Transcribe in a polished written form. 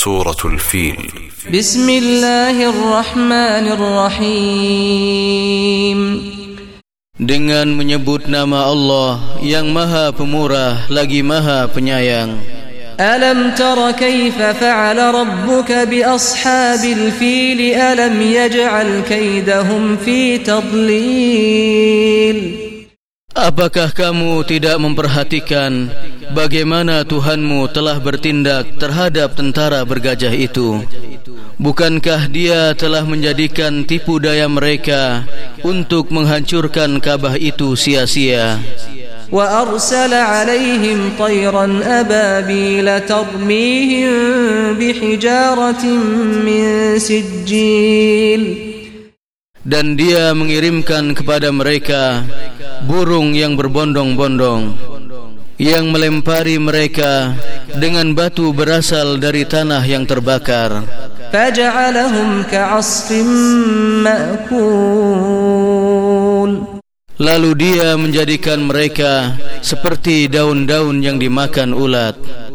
Suratul Fil. Bismillahirrahmanirrahim. Dengan menyebut nama Allah yang Maha Pemurah lagi Maha Penyayang. Alam tara kaifa fa'ala rabbuka bi ashabil fil alam yaj'al kaidahum fi tadlil. Apakah kamu tidak memperhatikan bagaimana Tuhanmu telah bertindak terhadap tentara bergajah itu? Bukankah Dia telah menjadikan tipu daya mereka untuk menghancurkan Ka'bah itu sia-sia? Wa arsala 'alaihim tayran ababila tarmihim bihijaratin min sijil. Dan Dia mengirimkan kepada mereka burung yang berbondong-bondong yang melempari mereka dengan batu berasal dari tanah yang terbakar. Faja'alahum ka'asfin ma'kul. Lalu Dia menjadikan mereka seperti daun-daun yang dimakan ulat.